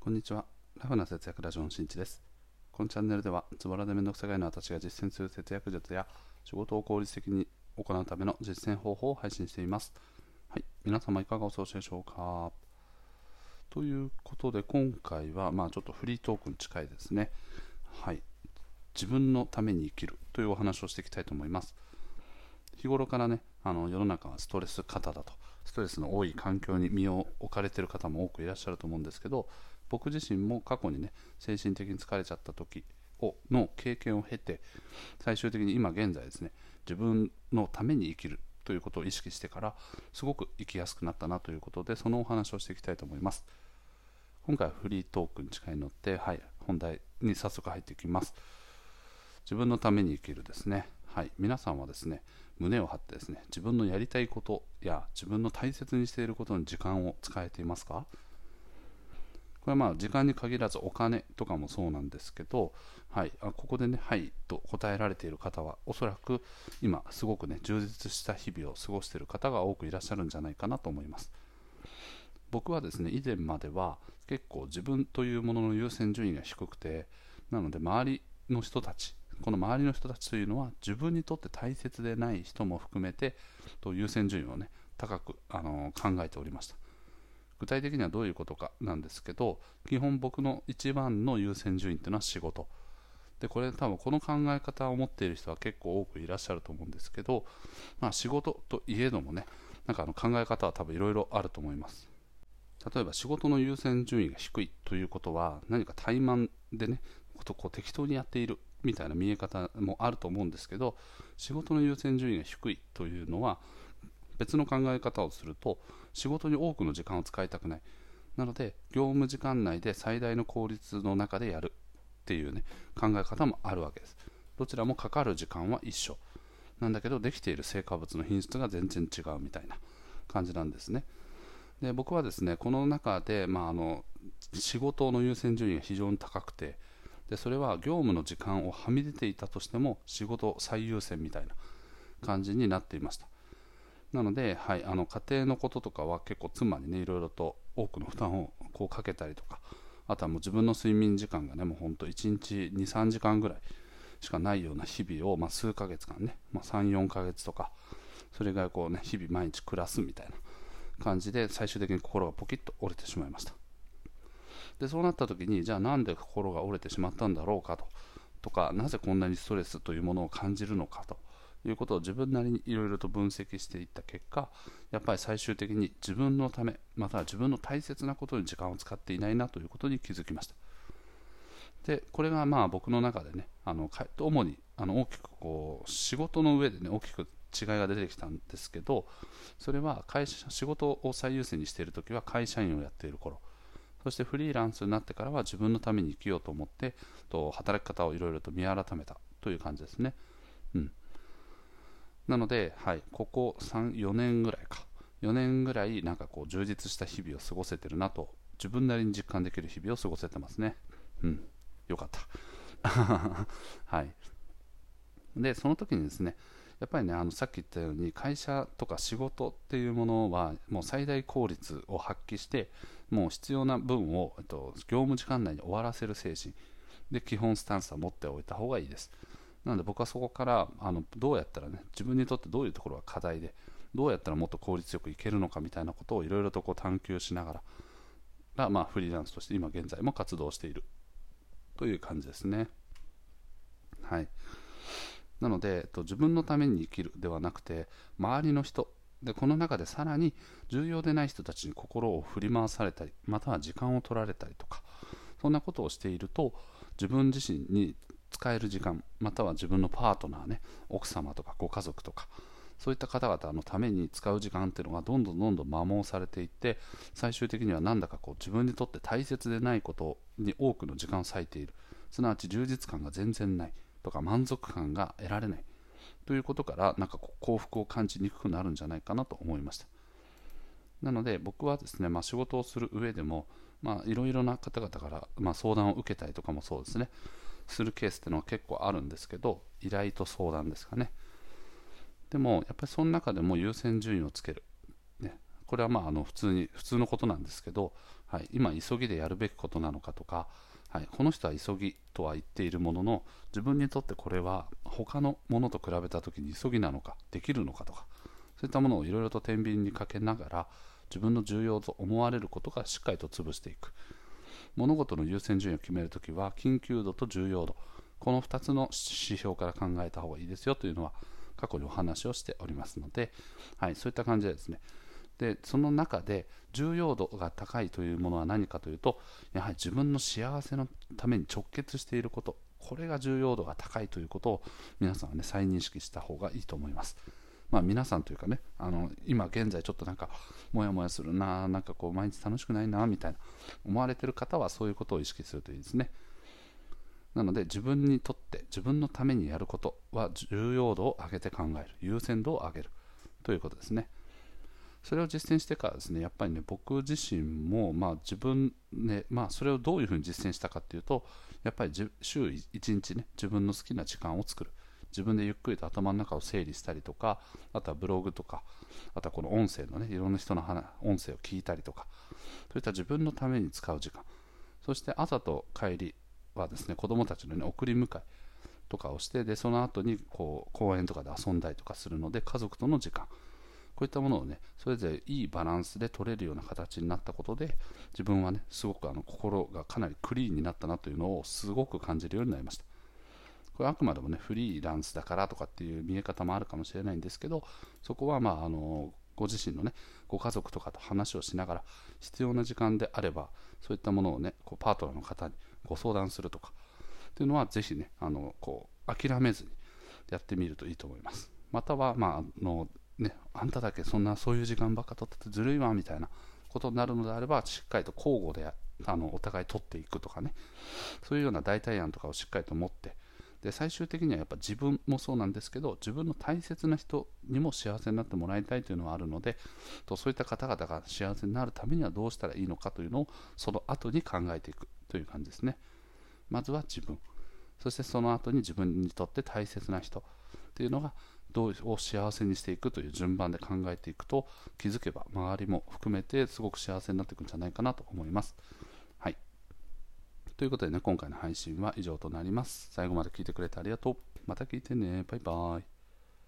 こんにちは。ラフな節約ラジオのしんいちです。このチャンネルでは、ズボラでめんどくさがいの私が実践する節約術や仕事を効率的に行うための実践方法を配信しています。はい、皆様いかがお過ごしでしょうか。ということで、今回はちょっとフリートークに近いですね。はい、自分のために生きるというお話をしていきたいと思います。日頃からね、世の中はストレス過多だと、ストレスの多い環境に身を置かれている方も多くいらっしゃると思うんですけど、僕自身も過去にね、精神的に疲れちゃった時の経験を経て、最終的に今現在ですね、自分のために生きるということを意識してから、すごく生きやすくなったなということで、そのお話をしていきたいと思います。今回はフリートークに近いので、本題に早速入っていきます。自分のために生きるですね。皆さんはですね、胸を張ってですね、自分のやりたいことや自分の大切にしていることに時間を使えていますか？これは時間に限らずお金とかもそうなんですけど、ここでね、はいと答えられている方は、おそらく今すごくね、充実した日々を過ごしている方が多くいらっしゃるんじゃないかなと思います。僕はですね、以前までは結構自分というものの優先順位が低くて、なので周りの人たち、この周りの人たちというのは自分にとって大切でない人も含めて優先順位をね、高く考えておりました。具体的にはどういうことかなんですけど、基本僕の一番の優先順位っていうのは仕事で、これ多分この考え方を持っている人は結構多くいらっしゃると思うんですけど、仕事といえどもね、考え方は多分いろいろあると思います。例えば仕事の優先順位が低いということは、何か怠慢でね、適当にやっているみたいな見え方もあると思うんですけど、仕事の優先順位が低いというのは、別の考え方をすると、仕事に多くの時間を使いたくない、なので業務時間内で最大の効率の中でやるっていうね、考え方もあるわけです。どちらもかかる時間は一緒なんだけど、できている成果物の品質が全然違うみたいな感じなんですね。で、僕はですね、この中で、仕事の優先順位が非常に高くて、でそれは業務の時間をはみ出ていたとしても仕事最優先みたいな感じになっていました。なので、家庭のこととかは結構妻にね、いろいろと多くの負担をかけたりとか、あとはもう自分の睡眠時間がね、もうほんと1日2、3時間ぐらいしかないような日々を、数ヶ月間ね、3、4ヶ月とか、それぐらい日々毎日暮らすみたいな感じで、最終的に心がポキッと折れてしまいました。でそうなった時に、じゃあなんで心が折れてしまったんだろうかとか、なぜこんなにストレスというものを感じるのかということを自分なりにいろいろと分析していった結果、やっぱり最終的に自分のため、または自分の大切なことに時間を使っていないなということに気づきました。でこれが僕の中でね、主に大きく仕事の上でね、大きく違いが出てきたんですけど、それは仕事を最優先にしている時は会社員をやっている頃、そしてフリーランスになってからは自分のために生きようと思って働き方をいろいろと見改めたという感じですね。なので、ここ3、4年ぐらいか、4年ぐらい充実した日々を過ごせてるなと、自分なりに実感できる日々を過ごせてますね。よかったでその時にですね、やっぱりね、さっき言ったように会社とか仕事っていうものはもう最大効率を発揮して、もう必要な分を、業務時間内に終わらせる精神で基本スタンスは持っておいた方がいいです。なので僕はそこからどうやったらね、自分にとってどういうところが課題で、どうやったらもっと効率よくいけるのかみたいなことをいろいろと探求しながらフリーランスとして今現在も活動しているという感じですね。なので、自分のために生きるではなくて、周りの人で、この中でさらに重要でない人たちに心を振り回されたり、または時間を取られたりとか、そんなことをしていると、自分自身に使える時間、または自分のパートナーね、奥様とかご家族とか、そういった方々のために使う時間っていうのがどんどん摩耗されていって、最終的にはなんだか自分にとって大切でないことに多くの時間を割いている、すなわち充実感が全然ないとか、満足感が得られないということから、幸福を感じにくくなるんじゃないかなと思いました。なので僕はですね、仕事をする上でもいろいろな方々から、相談を受けたりとかもそうですね、するケースっていうのは結構あるんですけど、依頼と相談ですかね。でもやっぱりその中でも優先順位をつける、ね、これは普通のことなんですけど、 はい、今急ぎでやるべきことなのかとか、はい、この人は急ぎとは言っているものの、自分にとってこれは他のものと比べた時に急ぎなのか、できるのかとか、そういったものをいろいろと天秤にかけながら、自分の重要と思われることがしっかりと潰していく。物事の優先順位を決めるときは、緊急度と重要度、この2つの指標から考えた方がいいですよというのは過去にお話をしておりますので、はい、そういった感じでですね。でその中で重要度が高いというものは何かというと、やはり自分の幸せのために直結していること、これが重要度が高いということを皆さんはね、再認識した方がいいと思います。皆さんというかね、今現在ちょっとなんかモヤモヤするな、なんかこう毎日楽しくないなみたいな思われている方は、そういうことを意識するといいですね。なので自分にとって自分のためにやることは重要度を上げて考える、優先度を上げるということですね。それを実践してからですね、やっぱりね、僕自身も自分ね、それをどういうふうに実践したかっていうと、やっぱり週1日ね、自分の好きな時間を作る、自分でゆっくりと頭の中を整理したりとか、あとはブログとか、あとはこの音声のね、いろんな人の音声を聞いたりとか、そういった自分のために使う時間、そして朝と帰りはですね、子供たちの、ね、送り迎えとかをして、でその後にこう公園とかで遊んだりとかするので、家族との時間、こういったものをね、それぞれいいバランスで取れるような形になったことで、自分はね、すごく心がかなりクリーンになったなというのをすごく感じるようになりました。これはあくまでもね、フリーランスだからとかっていう見え方もあるかもしれないんですけど、そこはご自身のね、ご家族とかと話をしながら、必要な時間であれば、そういったものをね、こうパートナーの方にご相談するとかっていうのは、ぜひね、諦めずにやってみるといいと思います。または、あんただけそういう時間ばっか取っててずるいわみたいなことになるのであれば、しっかりと交互でお互い取っていくとかね、そういうような代替案とかをしっかりと持って、で最終的にはやっぱ自分もそうなんですけど、自分の大切な人にも幸せになってもらいたいというのはあるので、そういった方々が幸せになるためにはどうしたらいいのかというのを、その後に考えていくという感じですね。まずは自分、そしてその後に自分にとって大切な人っていうのがどうを幸せにしていくという順番で考えていくと、気づけば周りも含めてすごく幸せになっていくんじゃないかなと思います。はい、ということでね、今回の配信は以上となります。最後まで聞いてくれてありがとう。また聞いてね。バイバイ。